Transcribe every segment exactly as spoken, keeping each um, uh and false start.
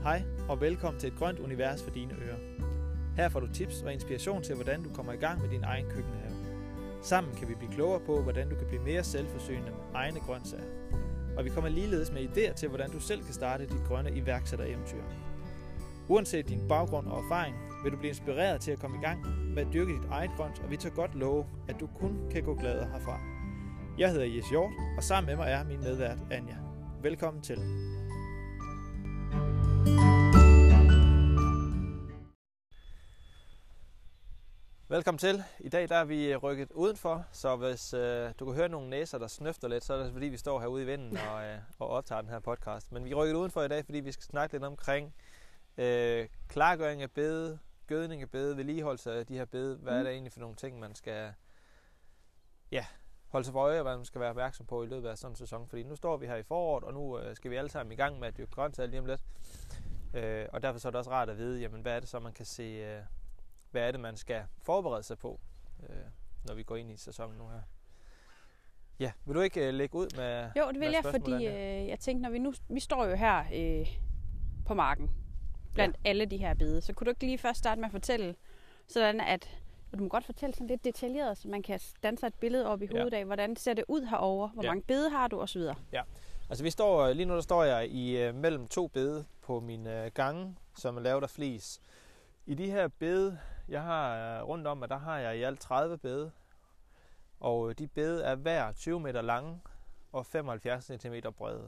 Hej og velkommen til et grønt univers for dine ører. Her får du tips og inspiration til, hvordan du kommer i gang med din egen køkkenhave. Sammen kan vi blive klogere på, hvordan du kan blive mere selvforsynende med egne grøntsager. Og vi kommer ligeledes med idéer til, hvordan du selv kan starte dit grønne iværksættereventyr. Uanset din baggrund og erfaring, vil du blive inspireret til at komme i gang med at dyrke dit eget grønt, og vi tør godt love, at du kun kan gå glad herfra. Jeg hedder Jes Hjort, og sammen med mig er min medvært Anja. Velkommen til. Velkommen til. I dag der er vi rykket udenfor, så hvis øh, du kan høre nogle næser, der snøfter lidt, så er det fordi, vi står herude i vinden og, øh, og optager den her podcast. Men vi er rykket udenfor i dag, fordi vi skal snakke lidt omkring øh, klargøring af bede, gødning af bede, vedligeholdelse af de her bede. Hvad er det egentlig for nogle ting, man skal ja, holde sig for øje, og hvad man skal være opmærksom på i løbet af sådan en sæson. Fordi nu står vi her i foråret, og nu øh, skal vi alle sammen i gang med at dyrke grøntsager lige om lidt. Øh, og derfor så er det også rart at vide, jamen, hvad er det så, man kan se... Øh, Hvad er det, man skal forberede sig på, øh, når vi går ind i sæsonen nu her? Ja, vil du ikke øh, lægge ud med Jo, det vil jeg, fordi øh, jeg tænkte, når vi nu vi står jo her øh, på marken, blandt ja. alle de her bede, så kunne du ikke lige først starte med at fortælle, sådan at, og du må godt fortælle sådan lidt detaljeret, så man kan danse et billede op i hovedet ja. af, hvordan ser det ud herovre, hvor ja. mange bede har du osv. Ja, altså vi står, lige nu der står jeg i øh, mellem to bede på min øh, gange, som er lavet af flis. I de her bede, jeg har rundt om, at der har jeg i alt tredive bede, og de bede er hver tyve meter lange og femoghalvfjerds centimeter brede.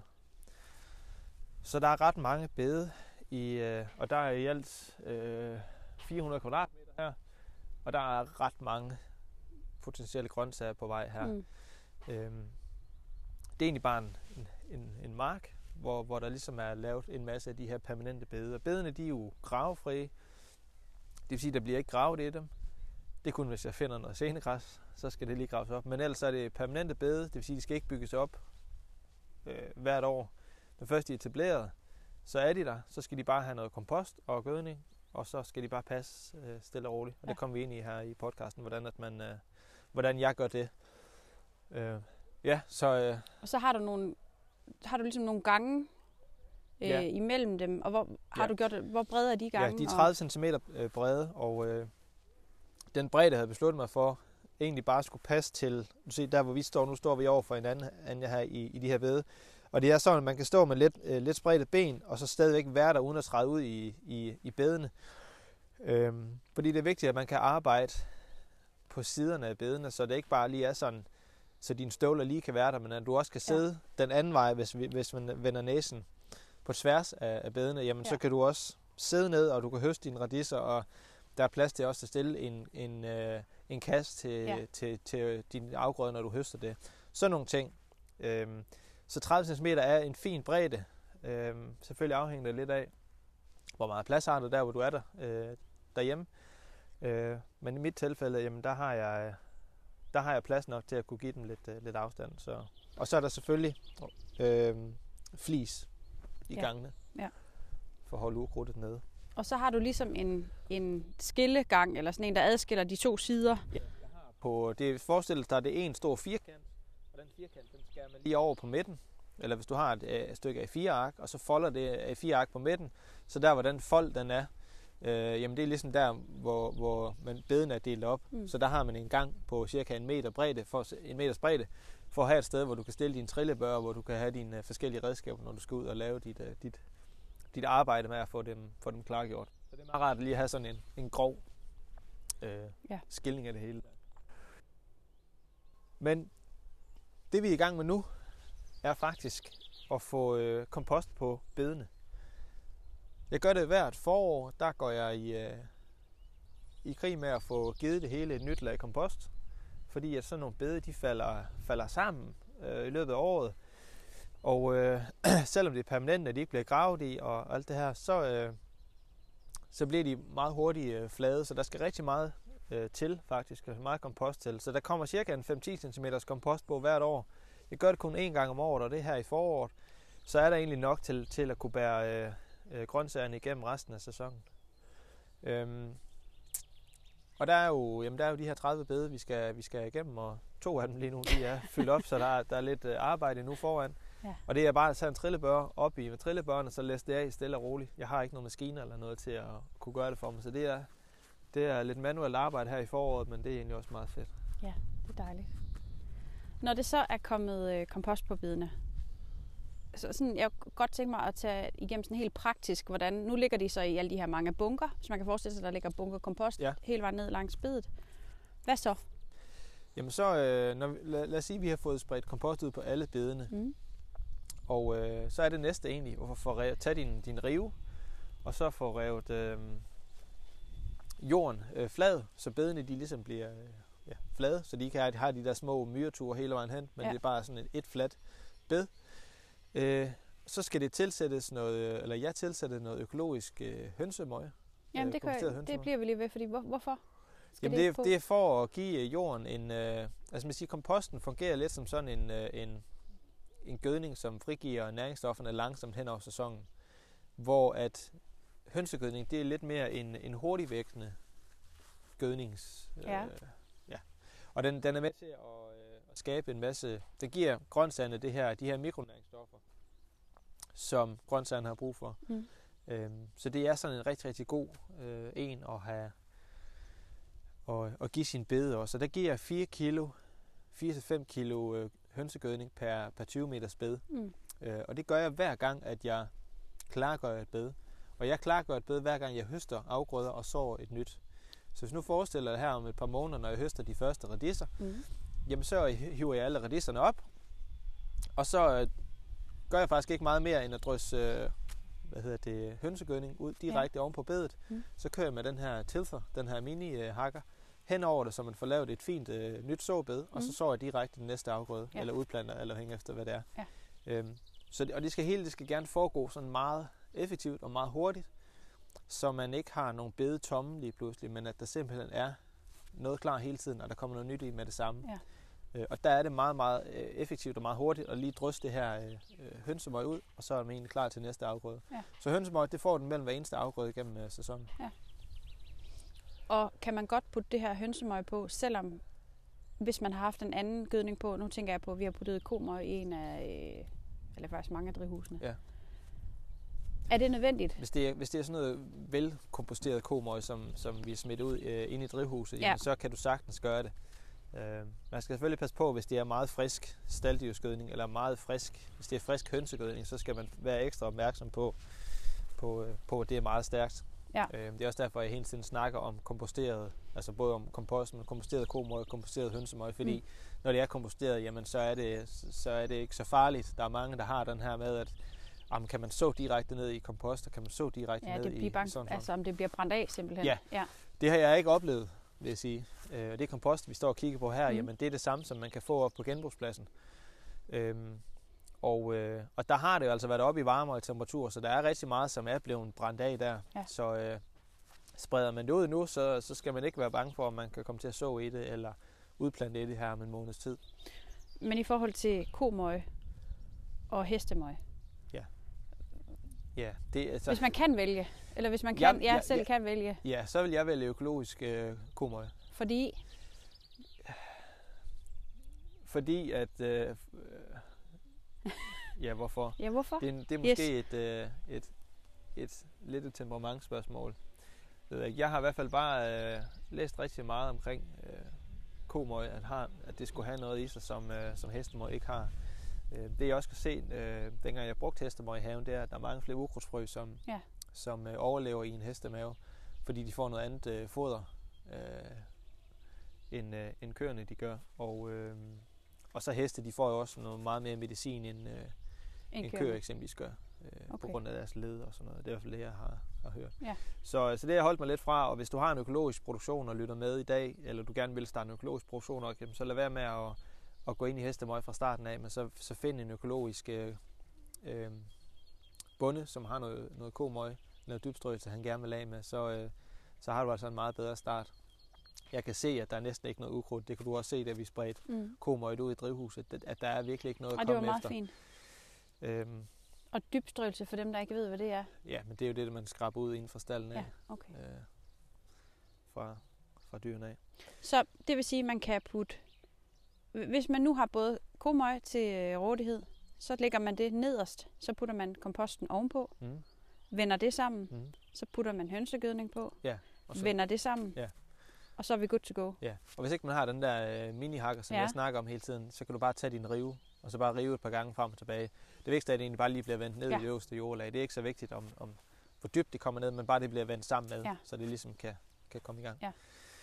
Så der er ret mange bede, i, og der er i alt øh, fire hundrede kvadratmeter her, og der er ret mange potentielle grøntsager på vej her. Mm. Øhm, det er egentlig bare en, en, en mark, hvor, hvor der ligesom er lavet en masse af de her permanente bede. Og bedene, de er jo gravefrie. Det vil sige, at der bliver ikke gravet i dem. Det er kun, hvis jeg finder noget senegræs, så skal det lige graves op. Men ellers er det permanente bede, det vil sige, at de skal ikke bygges op øh, hvert år. Når først de er etableret, så er de der. Så skal de bare have noget kompost og gødning, og så skal de bare passe øh, stille og roligt. Og ja. det kommer vi ind i her i podcasten, hvordan, at man, øh, hvordan jeg gør det. Øh, ja, så, øh, og så har du, nogle, har du ligesom nogle gange, Øh, ja. imellem dem, og hvor har ja. du gjort det? Hvor brede er de gange? Ja, de er tredive centimeter øh, brede, og øh, den bredde havde besluttet mig for egentlig bare skulle passe til, du ser der hvor vi står, nu står vi over for en anden, anden her i, i de her bede, og det er sådan, at man kan stå med lidt, øh, lidt spredte ben, og så stadigvæk være der uden at træde ud i, i, i bedene. Øhm, fordi det er vigtigt, at man kan arbejde på siderne af bedene, så det ikke bare lige er sådan, så dine støvler lige kan være der, men at du også kan sidde ja. den anden vej, hvis, hvis man vender næsen på tværs af, af bedene, jamen ja. så kan du også sidde ned, og du kan høste dine radiser, og der er plads til også at stille en, en, øh, en kasse til, ja. til, til din afgrøde, når du høster det. Sådan nogle ting. Øhm, så tredive centimeter er en fin bredde. Øhm, selvfølgelig afhænger det lidt af, hvor meget plads har du der, hvor du er der øh, derhjemme. Øh, men i mit tilfælde, jamen der har jeg der har jeg plads nok til at kunne give dem lidt, øh, lidt afstand. Så. Og så er der selvfølgelig øh, flis i ja. gangene, ja. for at holde ukrudtet nede. Og så har du ligesom en, en skillegang, eller sådan en, der adskiller de to sider. Ja, jeg har på, det forestilles dig, det er en stor firkant, og den firkant, den skærer man lige over på midten. Eller hvis du har et, et stykke A fire ark, og så folder det A fire ark på midten, så der, hvor den fold den er, øh, jamen det er ligesom der, hvor, hvor man beden er delt op. Mm. Så der har man en gang på cirka en meter bredde, for en meters bredde, for at have et sted, hvor du kan stille dine trillebør, hvor du kan have dine uh, forskellige redskaber, når du skal ud og lave dit, uh, dit, dit arbejde med at få dem, få dem klargjort. Så det er meget rart at lige have sådan en, en grov øh, ja. skilning af det hele. Men det vi er i gang med nu, er faktisk at få øh, kompost på bedene. Jeg gør det hvert forår, der går jeg i, øh, i krig med at få givet det hele et nyt lag kompost. Fordi at sådan nogle bede, de falder, falder sammen øh, i løbet af året. Og øh, selvom det er permanent, at de ikke bliver gravet i og alt det her, så, øh, så bliver de meget hurtigt øh, flade. Så der skal rigtig meget øh, til faktisk, meget kompost til. Så der kommer cirka en fem til ti centimeter kompost på hvert år. Jeg gør det kun én gang om året, og det her i foråret. Så er der egentlig nok til, til at kunne bære øh, øh, grøntsagerne igennem resten af sæsonen. Øhm, Og der er jo, jamen der er jo de her tredive bede, vi skal, vi skal igennem, og to af dem lige nu, de er fyldt op, så der er, der er lidt arbejde nu foran. Ja. Og det er bare at tage en trillebør op i med trillebørn, og så læse det af stille og roligt. Jeg har ikke nogen maskiner eller noget til at kunne gøre det for mig, så det er, det er lidt manuelt arbejde her i foråret, men det er egentlig også meget fedt. Ja, det er dejligt. Når det så er kommet øh, kompost på bedene, så sådan, jeg kunne godt tænke mig at tage igennem sådan helt praktisk, hvordan, nu ligger de så i alle de her mange bunker, så man kan forestille sig, at der ligger bunker kompost ja. hele vejen ned langs bedet. Hvad så? Jamen så, øh, når vi, lad, lad os sige, at vi har fået spredt kompost ud på alle bedene, mm. og øh, så er det næste egentlig, at få tage din, din rive, og så få revet øh, jorden øh, flad, så bedene de ligesom bliver øh, ja, flade, så de kan have de der små myreture hele vejen hen, men ja. det er bare sådan et, et fladt bed. Øh, så skal det tilsættes noget, eller jeg tilsætter noget økologisk øh, hønsemøg. Jamen det, kan, jeg, det bliver vi lige ved, fordi hvor, hvorfor? Jamen det, det er for at give jorden en, øh, altså man siger, komposten fungerer lidt som sådan en, øh, en, en gødning, som frigiver næringsstofferne langsomt hen over sæsonen. Hvor at hønsegødning, det er lidt mere en, en hurtigvækstende gødnings... Øh, ja. ja. Og den, den er med til at, øh, at skabe en masse... Det giver grøntsagerne det her, de her mikronæringsstoffer, som grøntsagerne har brug for. Mm. Øhm, så det er sådan en rigtig, rigtig god øh, en at have... Og, og give sin bede også. Så der giver fire kilo, fire til fem kilo øh, hønsegødning per, per tyve meters bed. Mm. Øh, og det gør jeg hver gang, at jeg klargør et bed. Og jeg klargør et bed hver gang, jeg høster afgrøder og sår et nyt. Så hvis nu forestiller dig her om et par måneder, når jeg høster de første radiser, mm. jamen så hiver jeg alle radiserne op. Og så øh, gør jeg faktisk ikke meget mere, end at drysse øh, hvad hedder det, hønsegødning ud direkte ja. oven på bedet. Mm. Så kører jeg med den her tilther, den her mini-hakker, hen over det, så man får lavet et fint øh, nyt såbed, mm. og så sår jeg direkte den næste afgrøde, ja. eller udplanter, eller hænger efter, hvad det er. Ja. Øhm, så det, og det skal hele det skal gerne foregå sådan meget effektivt og meget hurtigt, så man ikke har nogen bede tomme lige pludselig, men at der simpelthen er noget klar hele tiden, og der kommer noget nyt i med det samme. Ja. Øh, og der er det meget, meget øh, effektivt og meget hurtigt at lige drysse det her øh, hønsemøg ud, og så er man egentlig klar til næste afgrøde. Ja. Så hønsemøg, det får den mellem hver eneste afgrøde gennem øh, sæsonen. Ja. Og kan man godt putte det her hønsemøg på, selvom hvis man har haft en anden gødning på, nu tænker jeg på, at vi har puttet komøg i en af, øh, eller faktisk mange af drivhusene. Ja. Er det nødvendigt? Hvis det er, hvis det er sådan noget velkomposteret komøg, som, som vi er smidt ud øh, inde i drivhuset, ja. jamen, så kan du sagtens gøre det. Øh, man skal selvfølgelig passe på, hvis det er meget frisk stalddyrsgødning, eller meget frisk, hvis det er frisk hønsegødning, så skal man være ekstra opmærksom på, på, på at det er meget stærkt. Ja. Øh, det er også derfor, jeg hele tiden snakker om komposteret, altså både om komposten, men komposteret komøg og komposteret hønsemøg, fordi mm. når det er komposteret, jamen, så, er det, så er det ikke så farligt. Der er mange, der har den her med, at jamen, kan man så direkte ned i kompost, og kan man så direkte ja, ned det i bank, sådan altså om det bliver brændt af simpelthen. Ja, ja. Det har jeg ikke oplevet, vil jeg sige. Øh, det kompost, vi står og kigger på her, mm. jamen, det er det samme, som man kan få op på genbrugspladsen. Øhm, og, øh, og der har det jo altså været oppe i varmere temperatur, så der er rigtig meget, som er blevet brændt af der. Ja. Så øh, spreder man det ud nu, så, så skal man ikke være bange for, at man kan komme til at så i det, eller udplante i det her om en måneds tid. Men i forhold til komøg og hestemøg? Ja. Ja, det, altså, hvis man kan vælge, eller hvis man kan, ja, ja, selv ja, kan vælge. Ja, så vil jeg vælge økologisk øh, komøg. Fordi? Fordi at... Øh, ja, hvorfor? Ja, hvorfor? Det, det er måske yes. et, øh, et, et lidt et temperamentsspørgsmål. Jeg har i hvert fald bare øh, læst rigtig meget omkring øh, komøg, at, har, at det skulle have noget i sig, som, øh, som hestemøg ikke har. Øh, det jeg også kan se, øh, dengang jeg brugte hestemøg i haven, det er, at der er mange flere ukrudtsfrø, som, ja. som øh, overlever i en hestemave, fordi de får noget andet øh, foder, øh, end, øh, end køerne de gør. Og, øh, og så heste, de får jo også noget meget mere medicin, end, øh, end køer eksempelvis gør. Okay. På grund af deres led og sådan noget. Det er i hvert fald det, jeg har, har hørt. Ja. Så, så det har jeg holdt mig lidt fra, og hvis du har en økologisk produktion og lytter med i dag, eller du gerne vil starte en økologisk produktion, okay, så lad være med at, at gå ind i hestemøg fra starten af, men så, så find en økologisk øh, øh, bonde, som har noget, noget komøg, noget dybstrøelse, han gerne vil af med, så, øh, så har du altså en meget bedre start. Jeg kan se, at der er næsten ikke noget ukrudt. Det kan du også se, da vi spredte mm. komøg ud i drivhuset, at der er virkelig ikke noget at komme efter. Og det var meget fint. Øhm, Og dybstrøelse for dem, der ikke ved, hvad det er? Ja, men det er jo det, man skraber ud inden for stallen af. Ja, okay. Øh, fra, fra dyrene af. Så det vil sige, at man kan putte... Hvis man nu har både komøg til rådighed, så lægger man det nederst, så putter man komposten ovenpå, Mm. vender det sammen, Mm. så putter man hønsegødning på, Ja. Og så, vender det sammen, Ja. og så er vi good to go. ja. Og hvis ikke man har den der øh, mini-hakker, som Ja. jeg snakker om hele tiden, så kan du bare tage din rive, og så bare rive et par gange frem og tilbage. Det vigtigste er, at det egentlig bare lige bliver vendt ned Ja. i det øverste jordlag. Det er ikke så vigtigt, om, om hvor dybt det kommer ned, men bare det bliver vendt sammen med, Ja. så det ligesom kan, kan komme i gang. Ja.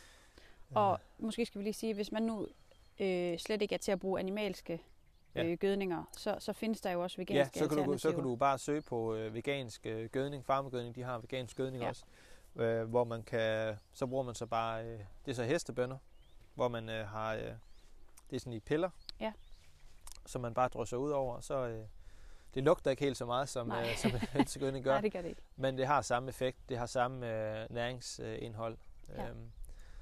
Og måske skal vi lige sige, hvis man nu øh, slet ikke er til at bruge animalske Ja. øh, gødninger, så, så findes der jo også Ja, veganske så kan, du, så alternativer. kan du bare søge på øh, vegansk øh, gødning, farmegødning, de har vegansk gødning Ja. også, øh, hvor man kan, så bruger man så bare, øh, det er så hestebønner, hvor man øh, har, øh, det er sådan i piller, Ja. som man bare drysser ud over, så øh, det lugter ikke helt så meget, som, Nej. øh, som hønsegødning gør, Nej, det gør det ikke. men det har samme effekt, det har samme øh, næringsindhold, Ja. øhm,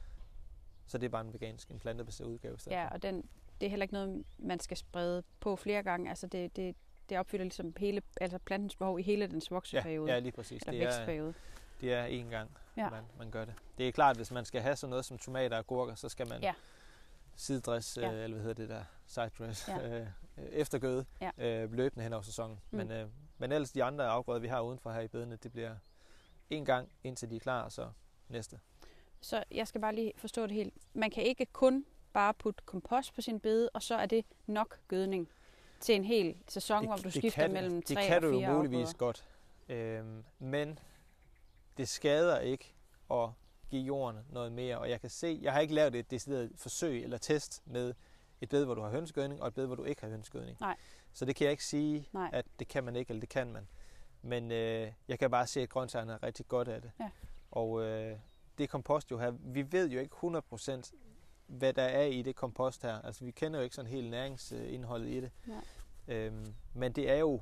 så det er bare en vegansk, en plantebaseret udgave. i stedet Ja, for. og den, det er heller ikke noget, man skal sprede på flere gange. Altså det, det, det opfylder ligesom hele, altså plantens behov i hele dens vokseperiode. Ja, ja, lige præcis. Eller Det er, vækstperiode. det er én gang, Ja. man, man gør det. Det er klart, hvis man skal have sådan noget som tomater og gurker, så skal man Ja. sidedress, Ja. øh, eller hvad hedder det der, sidedress, Ja. øh, eftergøde, Ja. øh, løbende hen over sæsonen. Mm. Men, øh, men ellers de andre afgrøder, vi har udenfor her i bedene, det bliver en gang, indtil de er klar, og så næste. Så jeg skal bare lige forstå det helt. Man kan ikke kun bare putte kompost på sin bede, og så er det nok gødning til en hel sæson, hvor du skifter kan, mellem det tre kan og du fire jo muligvis afgrøder. godt, øhm, men det skader ikke at give jorden noget mere. Og jeg kan se, jeg har ikke lavet et decideret forsøg eller test med et bed, hvor du har hønsegødning, og et bed, hvor du ikke har hønsegødning. Nej. Så det kan jeg ikke sige, Nej. at det kan man ikke, eller det kan man. Men øh, jeg kan bare se, at grøntsagerne er rigtig godt af det. Ja. Og øh, det kompost jo her, vi ved jo ikke hundrede procent, hvad der er i det kompost her. Altså vi kender jo ikke sådan helt næringsindholdet i det. Nej. Øhm, men det er jo,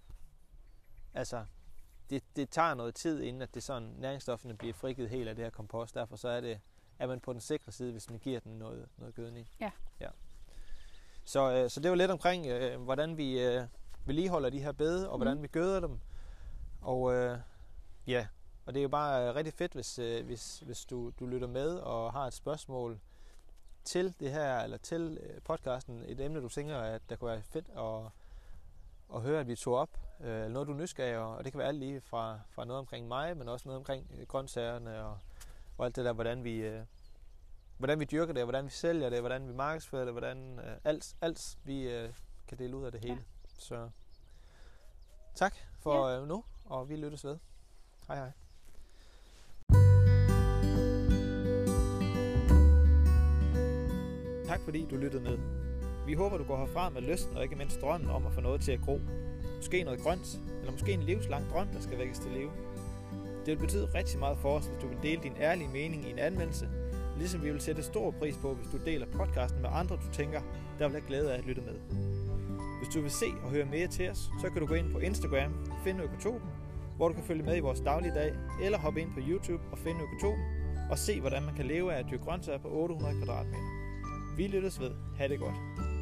altså, det, det tager noget tid, inden at det sådan, næringsstoffene bliver frigivet helt af det her kompost. Derfor så er, det, er man på den sikre side, hvis man giver den noget, noget gødning. Ja. Ja. Så, øh, så det var lidt omkring, øh, hvordan vi øh, vedligeholder de her bede, og hvordan Mm. vi gøder dem. Og øh, ja, og det er jo bare øh, rigtig fedt, hvis, øh, hvis, hvis du, du lytter med og har et spørgsmål til det her, eller til øh, podcasten, et emne, du tænker, at der kunne være fedt at, at høre, at vi tog op, øh, eller noget, du er nysgerrig, og det kan være alt lige fra, fra noget omkring mig, men også noget omkring øh, grøntsagerne, og, og alt det der, hvordan vi, øh, hvordan vi dyrker det, hvordan vi sælger det, hvordan vi markedsfører det, hvordan øh, alt, alt vi øh, kan dele ud af det hele. Ja. Så tak for ja. øh, nu, og vi lyttes ved. Hej hej. Tak fordi du lyttede med. Vi håber, du går herfra med lysten og ikke mindst drømmen om at få noget til at gro. Måske noget grønt, eller måske en livslang drøm, der skal vækkes til live. Det vil betyde rigtig meget for os, hvis du vil dele din ærlige mening i en anmeldelse, ligesom vi vil sætte stor pris på, hvis du deler podcasten med andre, du tænker, der vil have glæde af at lytte med. Hvis du vil se og høre mere til os, så kan du gå ind på Instagram, finde Økotopen, hvor du kan følge med i vores dagligdag, eller hoppe ind på YouTube og finde Økotopen, og se, hvordan man kan leve af at dyrke grøntsager på otte hundrede kvadratmeter. Vi lyttes ved. Ha' det godt.